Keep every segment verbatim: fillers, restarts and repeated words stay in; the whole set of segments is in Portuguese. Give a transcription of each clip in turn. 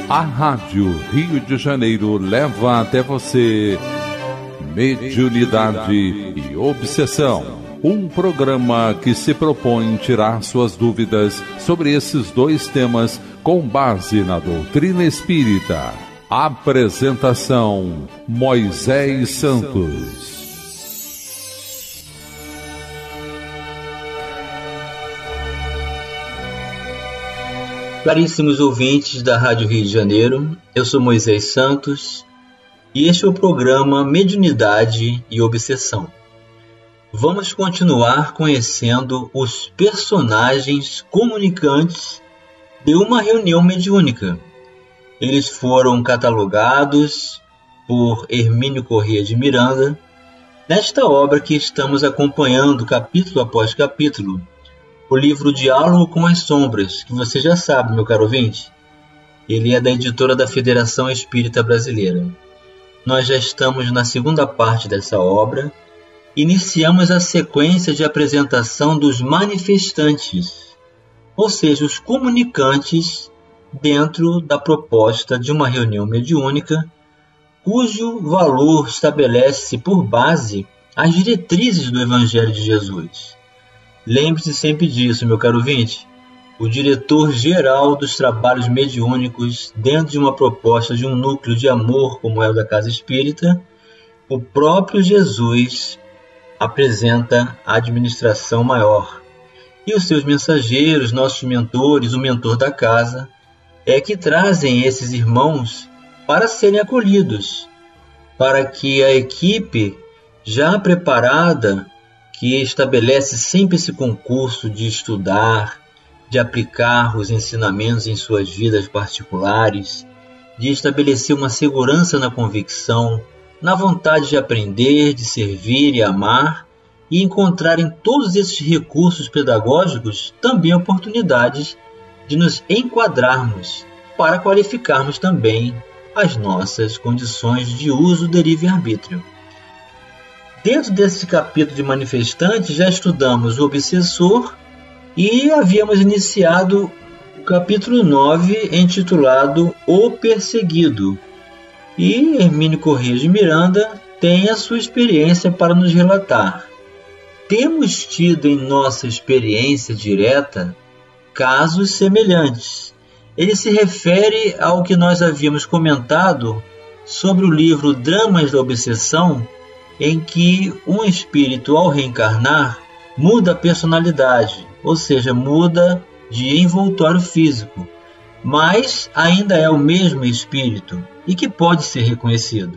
A Rádio Rio de Janeiro leva até você Mediunidade e Obsessão, um programa que se propõe tirar suas dúvidas sobre esses dois temas com base na doutrina espírita. Apresentação: Moisés Santos. Caríssimos ouvintes da Rádio Rio de Janeiro, eu sou Moisés Santos e este é o programa Mediunidade e Obsessão. Vamos continuar conhecendo os personagens comunicantes de uma reunião mediúnica. Eles foram catalogados por Hermínio Corrêa de Miranda nesta obra que estamos acompanhando capítulo após capítulo, o livro Diálogo com as Sombras, que você já sabe, meu caro ouvinte. Ele é da editora da Federação Espírita Brasileira. Nós já estamos na segunda parte dessa obra. Iniciamos a sequência de apresentação dos manifestantes, ou seja, os comunicantes dentro da proposta de uma reunião mediúnica, cujo valor estabelece por base as diretrizes do Evangelho de Jesus. Lembre-se sempre disso, meu caro ouvinte. O diretor-geral dos trabalhos mediúnicos, dentro de uma proposta de um núcleo de amor como é o da Casa Espírita, o próprio Jesus apresenta a administração maior. E os seus mensageiros, nossos mentores, o mentor da casa, é que trazem esses irmãos para serem acolhidos, para que a equipe já preparada, que estabelece sempre esse concurso de estudar, de aplicar os ensinamentos em suas vidas particulares, de estabelecer uma segurança na convicção, na vontade de aprender, de servir e amar, e encontrar em todos esses recursos pedagógicos também oportunidades de nos enquadrarmos para qualificarmos também as nossas condições de uso do livre-arbítrio. Dentro desse capítulo de manifestantes, já estudamos o obsessor e havíamos iniciado o capítulo nove, intitulado O Perseguido. E Hermínio Corrêa de Miranda tem a sua experiência para nos relatar. Temos tido em nossa experiência direta casos semelhantes. Ele se refere ao que nós havíamos comentado sobre o livro Dramas da Obsessão, em que um espírito, ao reencarnar, muda a personalidade, ou seja, muda de envoltório físico, mas ainda é o mesmo espírito e que pode ser reconhecido.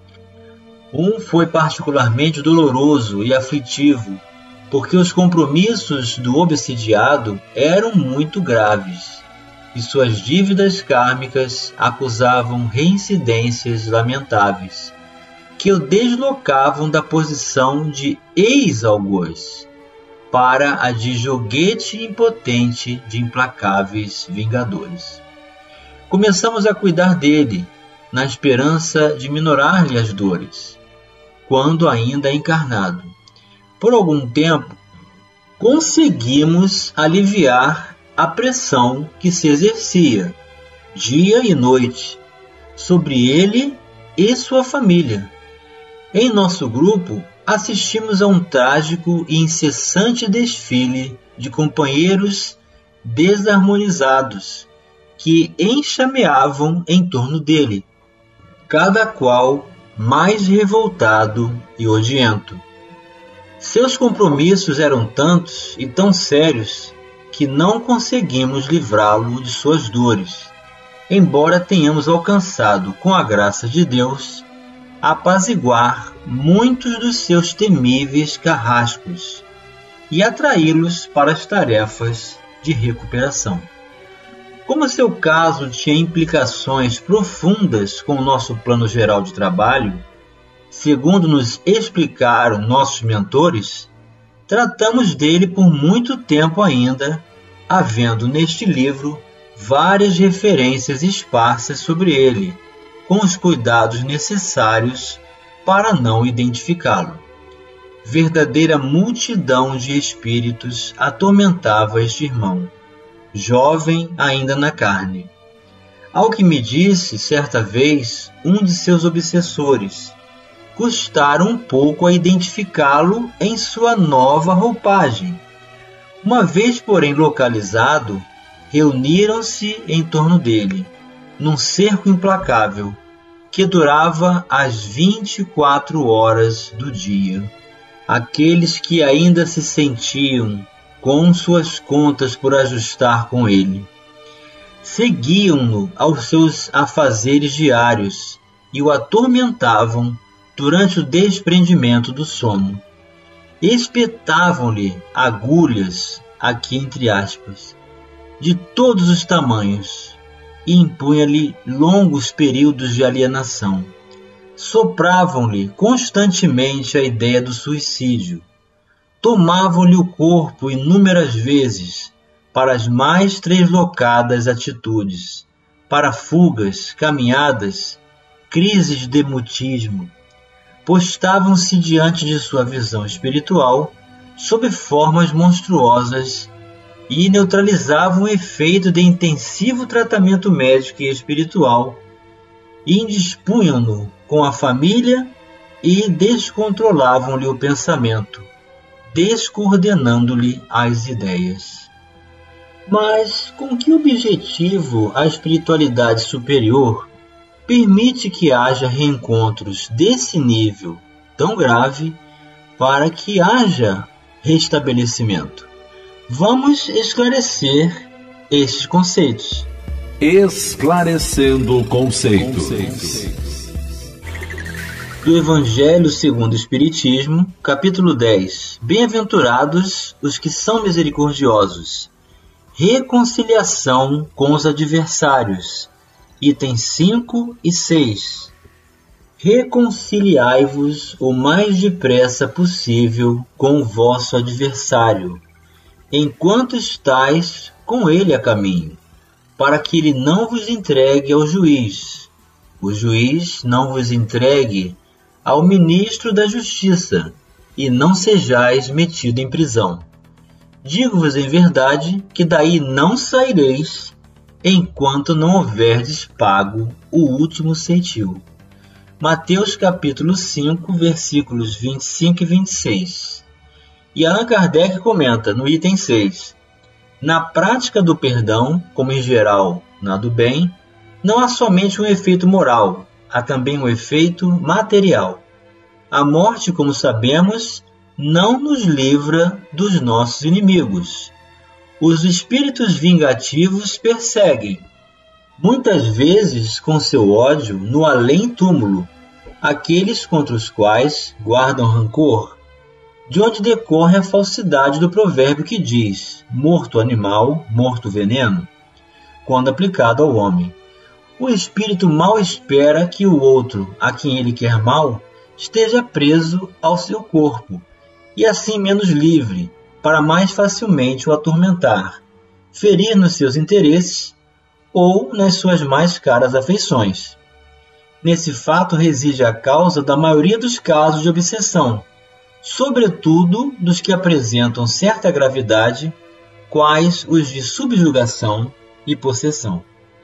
Um foi particularmente doloroso e aflitivo, porque os compromissos do obsidiado eram muito graves e suas dívidas kármicas acusavam reincidências lamentáveis, que o deslocavam da posição de ex-algoz para a de joguete impotente de implacáveis vingadores. Começamos a cuidar dele, na esperança de minorar-lhe as dores, quando ainda encarnado. Por algum tempo, conseguimos aliviar a pressão que se exercia, dia e noite, sobre ele e sua família. Em nosso grupo, assistimos a um trágico e incessante desfile de companheiros desarmonizados que enxameavam em torno dele, cada qual mais revoltado e odiento. Seus compromissos eram tantos e tão sérios que não conseguimos livrá-lo de suas dores, embora tenhamos alcançado, com a graça de Deus, apaziguar muitos dos seus temíveis carrascos e atraí-los para as tarefas de recuperação. Como seu caso tinha implicações profundas com o nosso plano geral de trabalho, segundo nos explicaram nossos mentores, tratamos dele por muito tempo ainda, havendo neste livro várias referências esparsas sobre ele, com os cuidados necessários para não identificá-lo. Verdadeira multidão de espíritos atormentava este irmão, jovem ainda na carne. Ao que me disse, certa vez, um de seus obsessores, custara um pouco a identificá-lo em sua nova roupagem. Uma vez, porém, localizado, reuniram-se em torno dele, num cerco implacável, que durava as vinte e quatro horas do dia. Aqueles que ainda se sentiam com suas contas por ajustar com ele, seguiam-no aos seus afazeres diários e o atormentavam durante o desprendimento do sono. Espetavam-lhe agulhas, aqui entre aspas, de todos os tamanhos, e impunha-lhe longos períodos de alienação. Sopravam-lhe constantemente a ideia do suicídio. Tomavam-lhe o corpo inúmeras vezes para as mais treslocadas atitudes, para fugas, caminhadas, crises de mutismo. Postavam-se diante de sua visão espiritual sob formas monstruosas e neutralizavam o efeito de intensivo tratamento médico e espiritual, e indispunham-no com a família e descontrolavam-lhe o pensamento, descoordenando-lhe as ideias. Mas com que objetivo a espiritualidade superior permite que haja reencontros desse nível tão grave para que haja restabelecimento? Vamos esclarecer estes conceitos. Esclarecendo conceitos. Do Evangelho segundo o Espiritismo, capítulo dez. Bem-aventurados os que são misericordiosos. Reconciliação com os adversários. Itens cinco e seis. Reconciliai-vos o mais depressa possível com o vosso adversário, enquanto estais com ele a caminho, para que ele não vos entregue ao juiz, o juiz não vos entregue ao ministro da justiça, e não sejais metido em prisão. Digo-vos em verdade que daí não saireis, enquanto não houverdes pago o último ceitil. Mateus capítulo cinco, versículos vinte e cinco e vinte e seis. E Allan Kardec comenta no item seis: na prática do perdão, como em geral na do bem, não há somente um efeito moral, há também um efeito material. A morte, como sabemos, não nos livra dos nossos inimigos. Os espíritos vingativos perseguem, muitas vezes com seu ódio no além-túmulo, aqueles contra os quais guardam rancor, de onde decorre a falsidade do provérbio que diz: morto animal, morto veneno, quando aplicado ao homem. O espírito mal espera que o outro, a quem ele quer mal, esteja preso ao seu corpo, e assim menos livre, para mais facilmente o atormentar, ferir nos seus interesses ou nas suas mais caras afeições. Nesse fato reside a causa da maioria dos casos de obsessão, sobretudo dos que apresentam certa gravidade, quais os de subjugação e possessão.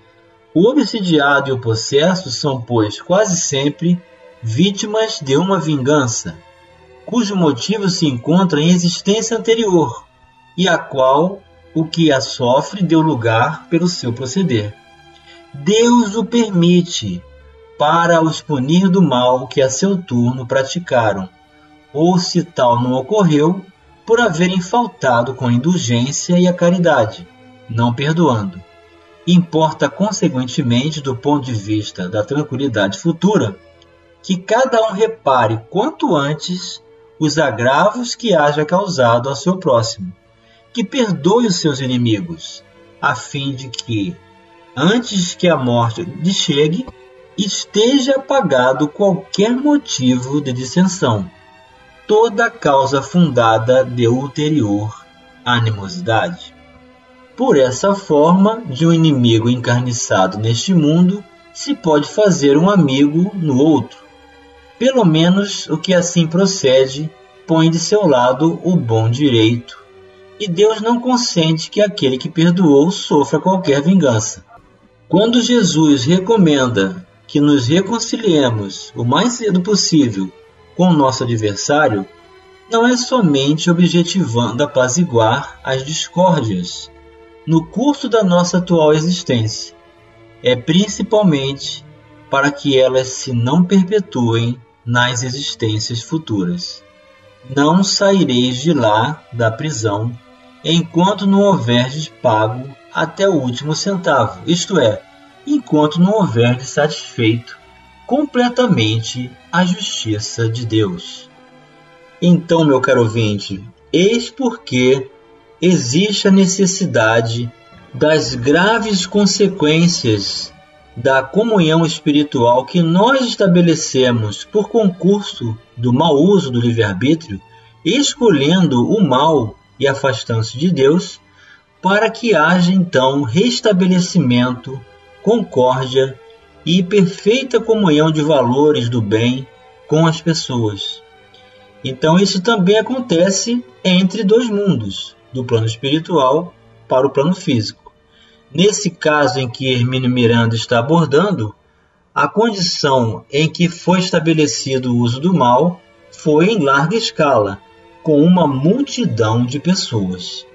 O obsidiado e o possesso são, pois, quase sempre vítimas de uma vingança, cujo motivo se encontra em existência anterior, e a qual o que a sofre deu lugar pelo seu proceder. Deus o permite para os punir do mal que a seu turno praticaram, ou se tal não ocorreu, por haverem faltado com a indulgência e a caridade, não perdoando. Importa, consequentemente, do ponto de vista da tranquilidade futura, que cada um repare quanto antes os agravos que haja causado ao seu próximo, que perdoe os seus inimigos, a fim de que, antes que a morte lhe chegue, esteja apagado qualquer motivo de dissensão, toda causa fundada de ulterior animosidade. Por essa forma, de um inimigo encarniçado neste mundo, se pode fazer um amigo no outro. Pelo menos o que assim procede põe de seu lado o bom direito, e Deus não consente que aquele que perdoou sofra qualquer vingança. Quando Jesus recomenda que nos reconciliemos o mais cedo possível com o nosso adversário, não é somente objetivando apaziguar as discórdias no curso da nossa atual existência, é principalmente para que elas se não perpetuem nas existências futuras. Não saireis de lá da prisão enquanto não houverdes pago até o último centavo, isto é, enquanto não houverdes satisfeito completamente a justiça de Deus. Então, meu caro ouvinte, eis porque existe a necessidade das graves consequências da comunhão espiritual que nós estabelecemos por concurso do mau uso do livre-arbítrio, escolhendo o mal e afastando-se de Deus, para que haja então restabelecimento, concórdia e perfeita comunhão de valores do bem com as pessoas. Então isso também acontece entre dois mundos, do plano espiritual para o plano físico. Nesse caso em que Hermínio Miranda está abordando, a condição em que foi estabelecido o uso do mal foi em larga escala, com uma multidão de pessoas.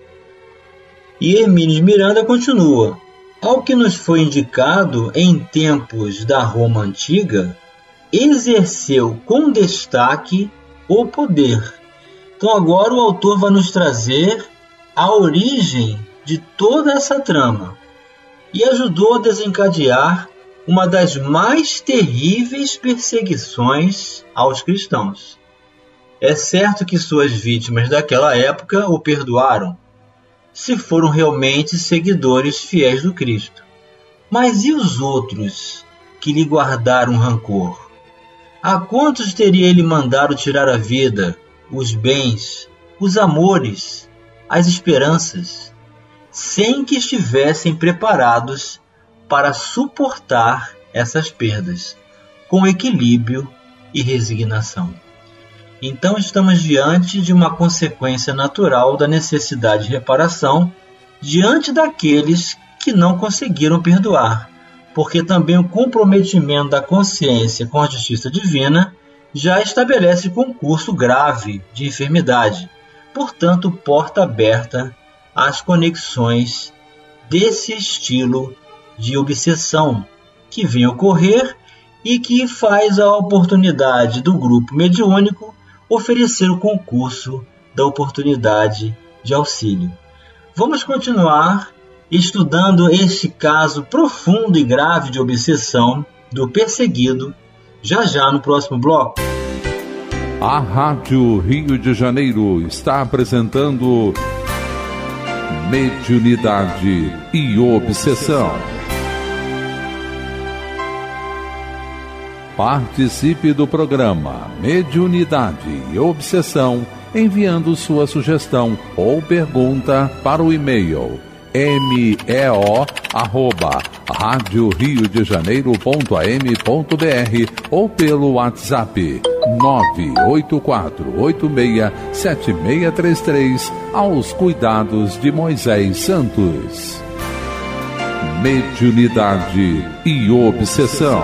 E Hermínio Miranda continua: ao que nos foi indicado em tempos da Roma antiga, exerceu com destaque o poder. Então agora o autor vai nos trazer a origem de toda essa trama e ajudou a desencadear uma das mais terríveis perseguições aos cristãos. É certo que suas vítimas daquela época o perdoaram, se foram realmente seguidores fiéis do Cristo. Mas e os outros que lhe guardaram rancor? A quantos teria ele mandado tirar a vida, os bens, os amores, as esperanças, sem que estivessem preparados para suportar essas perdas, com equilíbrio e resignação? Então estamos diante de uma consequência natural da necessidade de reparação diante daqueles que não conseguiram perdoar, porque também o comprometimento da consciência com a justiça divina já estabelece concurso grave de enfermidade, portanto porta aberta às conexões desse estilo de obsessão que vem ocorrer e que faz a oportunidade do grupo mediúnico oferecer o concurso da oportunidade de auxílio. Vamos continuar estudando este caso profundo e grave de obsessão do perseguido, já já no próximo bloco. A Rádio Rio de Janeiro está apresentando Mediunidade e Obsessão. Participe do programa Mediunidade e Obsessão enviando sua sugestão ou pergunta para o e-mail meo arroba rádio rio de janeiro ponto a m ponto b r ou pelo WhatsApp nove oito quatro oito seis sete seis três três aos cuidados de Moisés Santos. Mediunidade e Obsessão.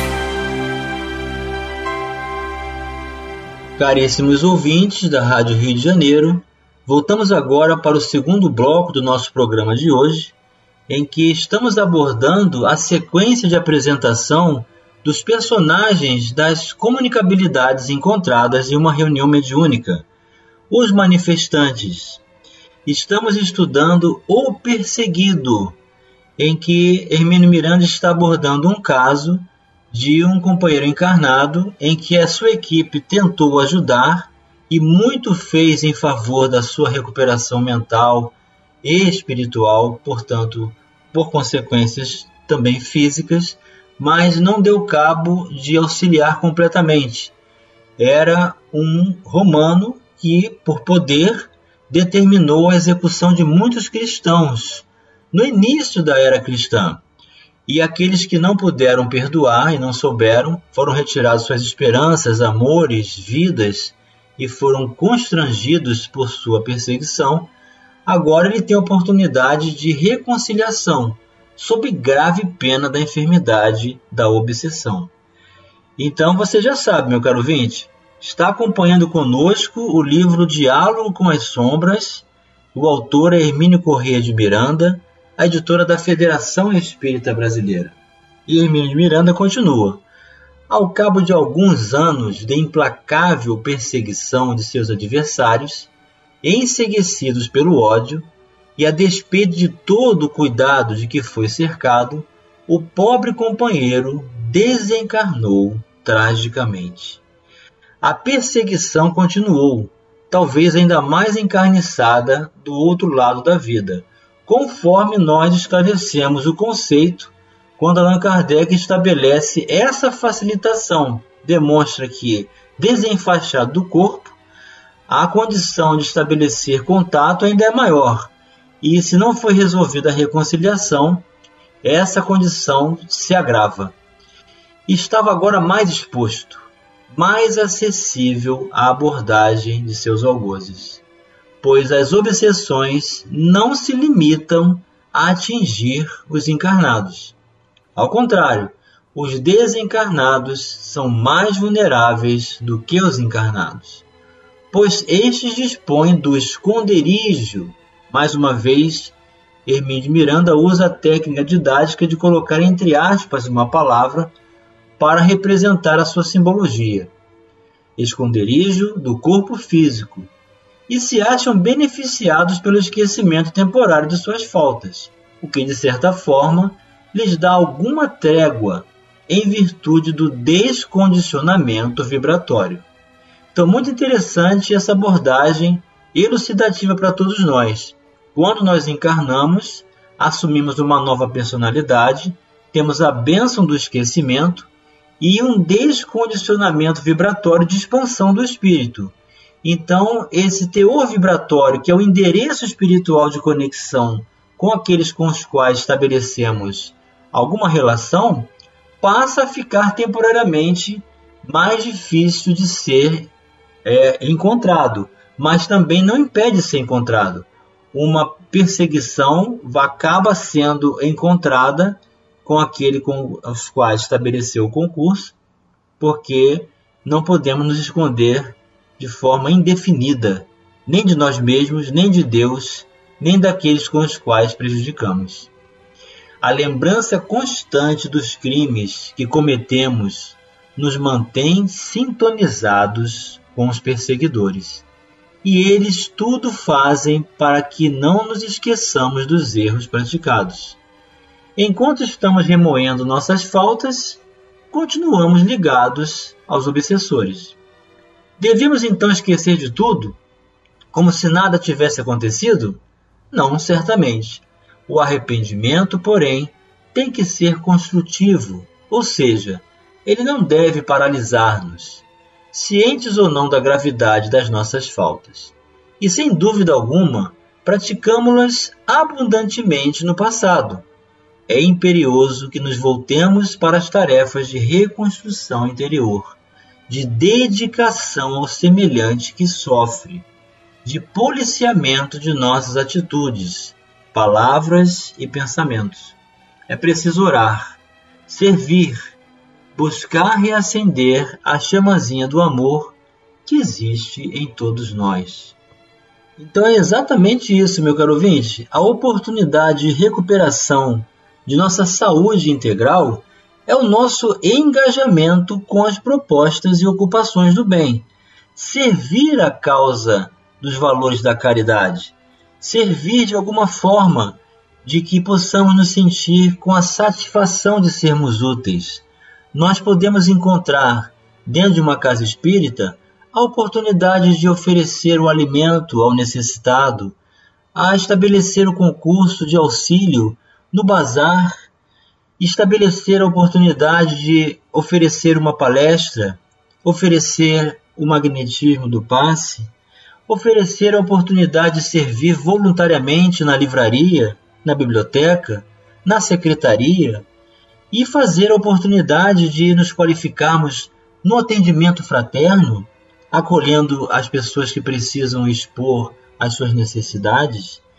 Caríssimos ouvintes da Rádio Rio de Janeiro, voltamos agora para o segundo bloco do nosso programa de hoje, em que estamos abordando a sequência de apresentação dos personagens das comunicabilidades encontradas em uma reunião mediúnica, os manifestantes. Estamos estudando o perseguido, em que Hermínio Miranda está abordando um caso de um companheiro encarnado em que a sua equipe tentou ajudar e muito fez em favor da sua recuperação mental e espiritual, portanto, por consequências também físicas, mas não deu cabo de auxiliar completamente. Era um romano que, por poder, determinou a execução de muitos cristãos no início da era cristã. E aqueles que não puderam perdoar e não souberam, foram retirados suas esperanças, amores, vidas e foram constrangidos por sua perseguição. Agora ele tem a oportunidade de reconciliação, sob grave pena da enfermidade da obsessão. Então você já sabe, meu caro ouvinte, está acompanhando conosco o livro Diálogo com as Sombras. O autor é Hermínio Corrêa de Miranda, a editora da Federação Espírita Brasileira. E Hermínio de Miranda continua. Ao cabo de alguns anos de implacável perseguição de seus adversários, enceguecidos pelo ódio, e a despeito de todo o cuidado de que foi cercado, o pobre companheiro desencarnou tragicamente. A perseguição continuou, talvez ainda mais encarniçada do outro lado da vida, conforme nós esclarecemos o conceito quando Allan Kardec estabelece essa facilitação. Demonstra que, desenfaixado do corpo, a condição de estabelecer contato ainda é maior, e se não foi resolvida a reconciliação, essa condição se agrava. Estava agora mais exposto, mais acessível à abordagem de seus algozes, pois as obsessões não se limitam a atingir os encarnados. Ao contrário, os desencarnados são mais vulneráveis do que os encarnados, pois estes dispõem do esconderijo. Mais uma vez, Hermínio de Miranda usa a técnica didática de colocar entre aspas uma palavra para representar a sua simbologia. Esconderijo do corpo físico, e se acham beneficiados pelo esquecimento temporário de suas faltas, o que de certa forma lhes dá alguma trégua em virtude do descondicionamento vibratório. Então, muito interessante essa abordagem elucidativa para todos nós. Quando nós encarnamos, assumimos uma nova personalidade, temos a bênção do esquecimento e um descondicionamento vibratório de expansão do espírito. Então, esse teor vibratório, que é o endereço espiritual de conexão com aqueles com os quais estabelecemos alguma relação, passa a ficar temporariamente mais difícil de ser é, encontrado, mas também não impede de ser encontrado. Uma perseguição acaba sendo encontrada com aquele com os quais estabeleceu o concurso, porque não podemos nos esconder de forma indefinida, nem de nós mesmos, nem de Deus, nem daqueles com os quais prejudicamos. A lembrança constante dos crimes que cometemos nos mantém sintonizados com os perseguidores, e eles tudo fazem para que não nos esqueçamos dos erros praticados. Enquanto estamos remoendo nossas faltas, continuamos ligados aos obsessores. Devemos então esquecer de tudo, como se nada tivesse acontecido? Não, certamente. O arrependimento, porém, tem que ser construtivo, ou seja, ele não deve paralisar-nos, cientes ou não da gravidade das nossas faltas. E, sem dúvida alguma, praticamos-las abundantemente no passado. É imperioso que nos voltemos para as tarefas de reconstrução interior, de dedicação ao semelhante que sofre, de policiamento de nossas atitudes, palavras e pensamentos. É preciso orar, servir, buscar reacender a chamazinha do amor que existe em todos nós. Então é exatamente isso, meu caro ouvinte. A oportunidade de recuperação de nossa saúde integral é o nosso engajamento com as propostas e ocupações do bem. Servir a causa dos valores da caridade. Servir de alguma forma de que possamos nos sentir com a satisfação de sermos úteis. Nós podemos encontrar, dentro de uma casa espírita, a oportunidade de oferecer o alimento ao necessitado, a estabelecer o concurso de auxílio no bazar, estabelecer a oportunidade de oferecer uma palestra, oferecer o magnetismo do passe, oferecer a oportunidade de servir voluntariamente na livraria, na biblioteca, na secretaria, e fazer a oportunidade de nos qualificarmos no atendimento fraterno, acolhendo as pessoas que precisam expor as suas necessidades.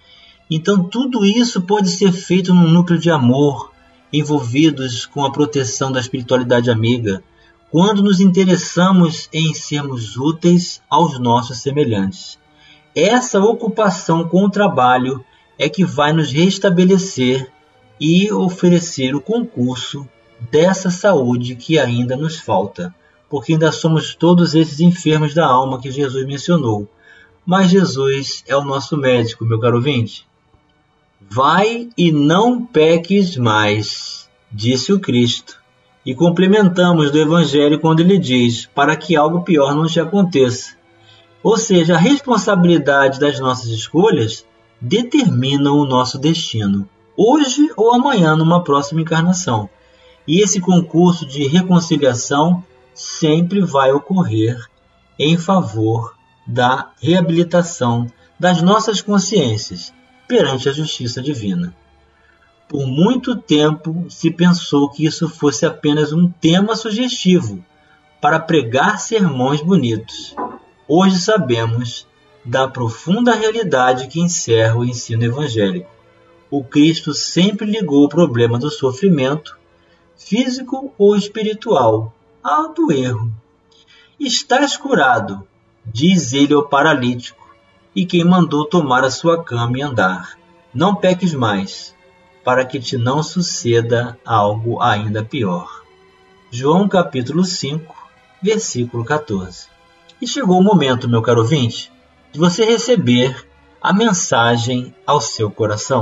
Então tudo isso pode ser feito num núcleo de amor, envolvidos com a proteção da espiritualidade amiga, quando nos interessamos em sermos úteis aos nossos semelhantes. Essa ocupação com o trabalho é que vai nos restabelecer e oferecer o concurso dessa saúde que ainda nos falta, porque ainda somos todos esses enfermos da alma que Jesus mencionou. Mas Jesus é o nosso médico, meu caro ouvinte. Vai e não peques mais, disse o Cristo. E complementamos do Evangelho quando ele diz, para que algo pior não te aconteça. Ou seja, a responsabilidade das nossas escolhas determina o nosso destino, hoje ou amanhã numa próxima encarnação. E esse concurso de reconciliação sempre vai ocorrer em favor da reabilitação das nossas consciências perante a justiça divina. Por muito tempo se pensou que isso fosse apenas um tema sugestivo para pregar sermões bonitos. Hoje sabemos da profunda realidade que encerra o ensino evangélico. O Cristo sempre ligou o problema do sofrimento, físico ou espiritual, ao do erro. Estás curado, diz ele ao paralítico, e quem mandou tomar a sua cama e andar. Não peques mais, para que te não suceda algo ainda pior. João capítulo cinco, versículo catorze. E chegou o momento, meu caro ouvinte, de você receber a mensagem ao seu coração.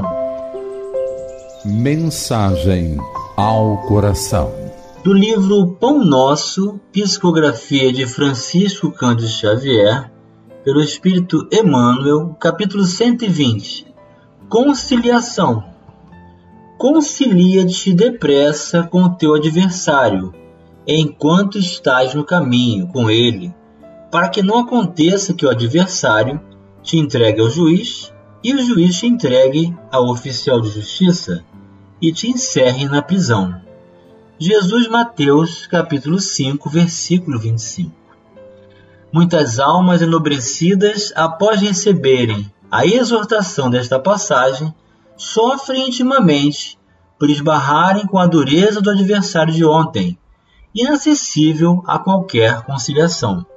Mensagem ao coração. Do livro Pão Nosso, psicografia de Francisco Cândido Xavier, pelo Espírito Emmanuel, capítulo cento e vinte. Conciliação. Concilia-te depressa com o teu adversário, enquanto estás no caminho com ele, para que não aconteça que o adversário te entregue ao juiz e o juiz te entregue ao oficial de justiça e te encerre na prisão. Jesus, Mateus, capítulo cinco, versículo vinte e cinco. Muitas almas enobrecidas, após receberem a exortação desta passagem, sofrem intimamente por esbarrarem com a dureza do adversário de ontem, inacessível a qualquer conciliação.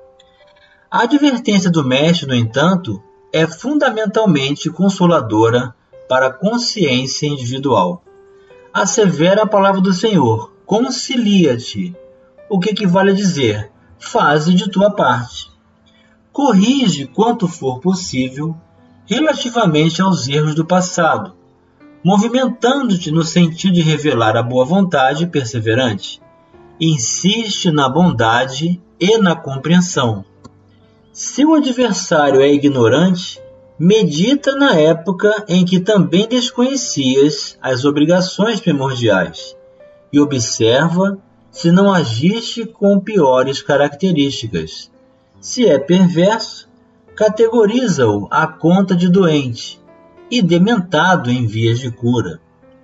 A advertência do Mestre, no entanto, é fundamentalmente consoladora para a consciência individual. Assevera a palavra do Senhor, concilia-te, o que equivale a dizer, faze de tua parte. Corrige quanto for possível relativamente aos erros do passado, movimentando-te no sentido de revelar a boa vontade perseverante. Insiste na bondade e na compreensão. Se o adversário é ignorante, medita na época em que também desconhecias as obrigações primordiais e observa se não agiste com piores características. Se é perverso, categoriza-o à conta de doente e dementado em vias de cura.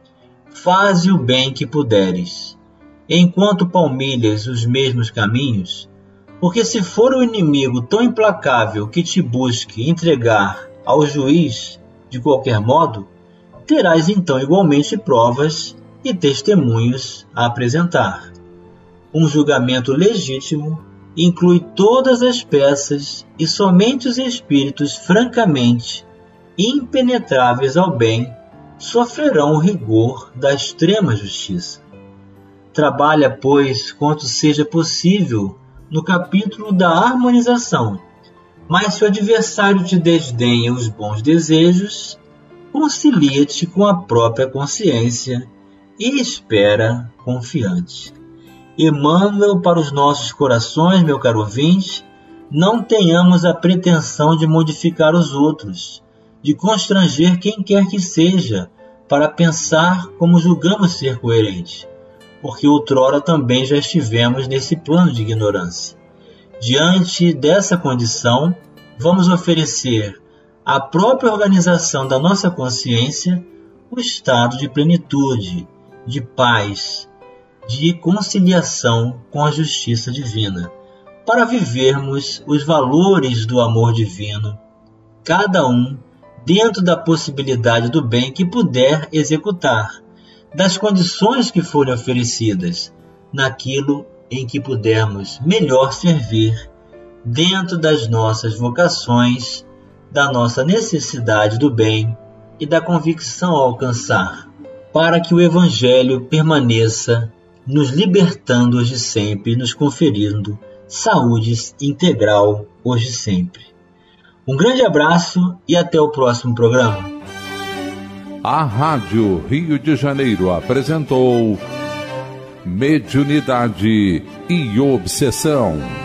Faze o bem que puderes, enquanto palmilhas os mesmos caminhos, porque se for o inimigo tão implacável que te busque entregar ao juiz de qualquer modo, terás então igualmente provas e testemunhos a apresentar. Um julgamento legítimo inclui todas as peças e somente os espíritos francamente impenetráveis ao bem sofrerão o rigor da extrema justiça. Trabalha, pois, quanto seja possível no capítulo da harmonização, mas se o adversário te desdenha os bons desejos, concilia-te com a própria consciência e espera confiante. Emmanuel para os nossos corações, meu caro ouvinte, não tenhamos a pretensão de modificar os outros, de constranger quem quer que seja, para pensar como julgamos ser coerente, porque outrora também já estivemos nesse plano de ignorância. Diante dessa condição, vamos oferecer à própria organização da nossa consciência o estado de plenitude, de paz, de conciliação com a justiça divina, para vivermos os valores do amor divino, cada um dentro da possibilidade do bem que puder executar, das condições que forem oferecidas, naquilo em que pudermos melhor servir, dentro das nossas vocações, da nossa necessidade do bem e da convicção a alcançar, para que o Evangelho permaneça nos libertando hoje e sempre e nos conferindo saúde integral hoje e sempre. Um grande abraço e até o próximo programa. A Rádio Rio de Janeiro apresentou Mediunidade e Obsessão.